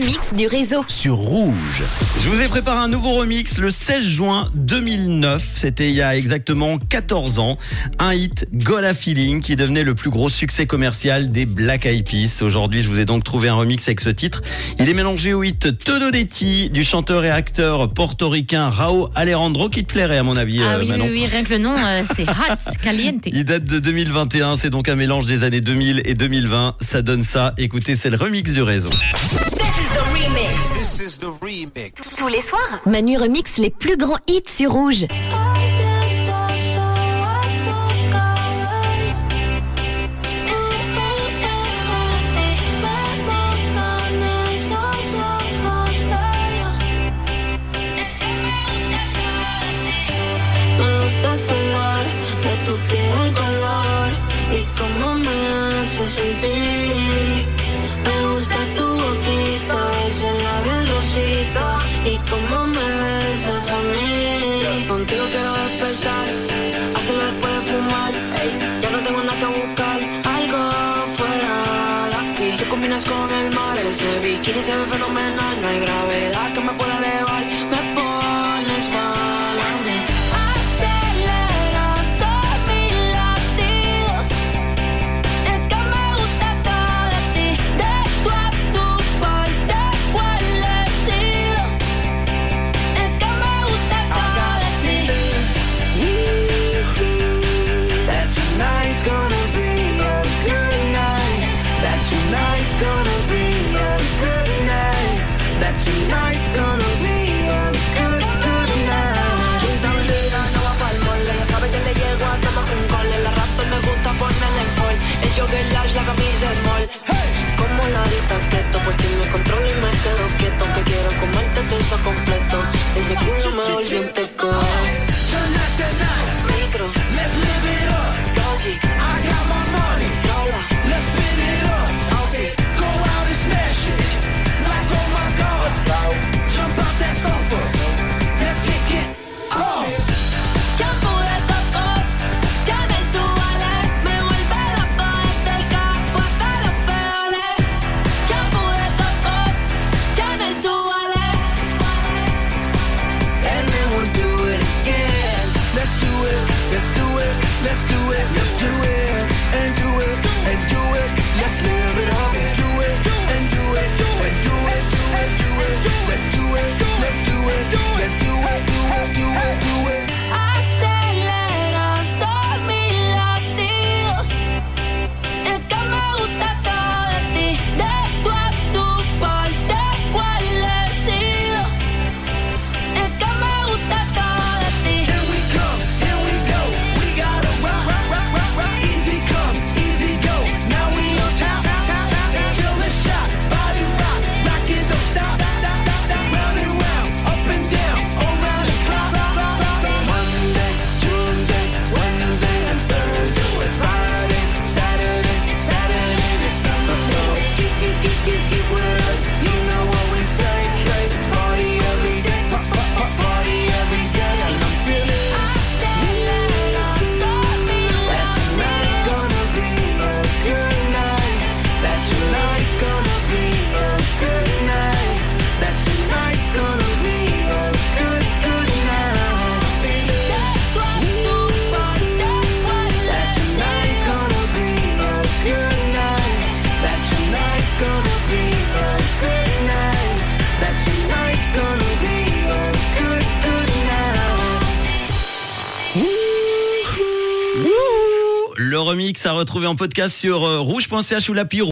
remix du réseau. Sur Rouge. Je vous ai préparé un nouveau remix le 16 juin 2009. C'était il y a exactement 14 ans. Un hit, Gotta Feeling, qui devenait le plus gros succès commercial des Black Eyed Peas. Aujourd'hui, je vous ai donc trouvé un remix avec ce titre. Il est mélangé au hit Todo de Ti du chanteur et acteur portoricain Rauw Alejandro, qui te plairait à mon avis, Manon. Oui, rien que le nom, c'est hot, caliente. Il date de 2021, c'est donc un mélange des années 2000 et 2020. Ça donne ça. Écoutez, c'est le remix du réseau. Tous les soirs, Manu remix les plus grands hits sur Rouge. Me gusta tu boquita, ese labio rosita y cómo me besas a mí. Contigo quiero despertar, hacerlo después de fumar. Ya no tengo nada que buscar, algo fuera de aquí. Tú combinas con el mar, ese bikini se ve fenomenal. No hay gravedad que me pueda elevar, me pones mal a mí. La camisa small, hey. Como la dita keto, por ti me controlo y me quedo quieto. Que quiero comerte todo eso completo. Desde que me volví un teco. Micro, let's live it up. Doji, I got my money. Rola, let's spin it up. Auntie, go out and smash it. Like oh my God, jump out that sofa. Let's kick it. Oh. Let's do it, and do it, and do it. Let's live it up and do it, and do it, and do it, and do it. Let's do it, let's do it, let's do it, do it. Aceleras todos mis latidos. Es que me gusta todo de ti, de tu a tu parte, cuál he sido. Es que me gusta todo de ti. Here we come, here we go. We gotta rock, easy come, easy go. Now we on top, feel the shot, body rock it, don't stop, round and round, up and down, around the clock. Monday, Tuesday, Wednesday and Thursday, Friday, Saturday to Sunday. Get with us, you know what we say, party every day, party every day, and I'm feeling. Le remix à retrouver en podcast sur rouge.ch ou l'appli